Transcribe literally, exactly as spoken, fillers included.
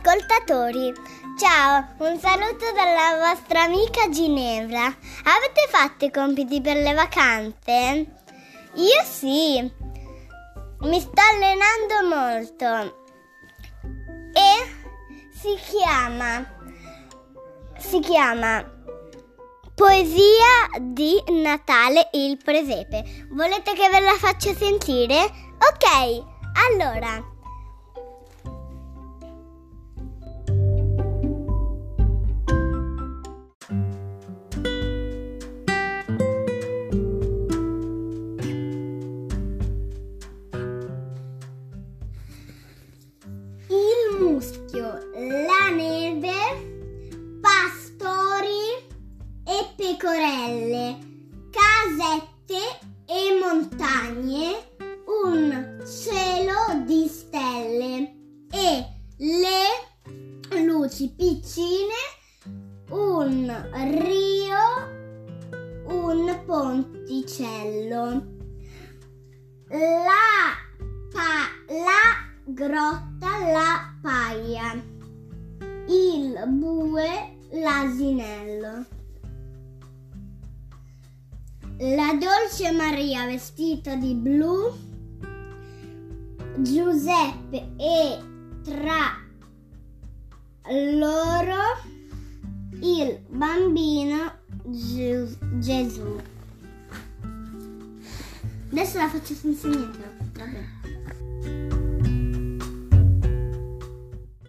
ascoltatori, ciao, un saluto dalla vostra amica Ginevra. Avete fatto i compiti per le vacanze? Io sì, mi sto allenando molto e si chiama, si chiama Poesia di Natale il presepe. Volete che ve la faccia sentire? Ok, allora... Il muschio, la neve, pastori e pecorelle, casette e montagne, un cielo di stelle e le luci piccine, un rio, un ponticello, la, pa- la grotta, la paia, il bue, l'asinello, la dolce Maria vestita di blu, Giuseppe e tra loro il bambino Giu- Gesù. Adesso la faccio insegnare. Vabbè.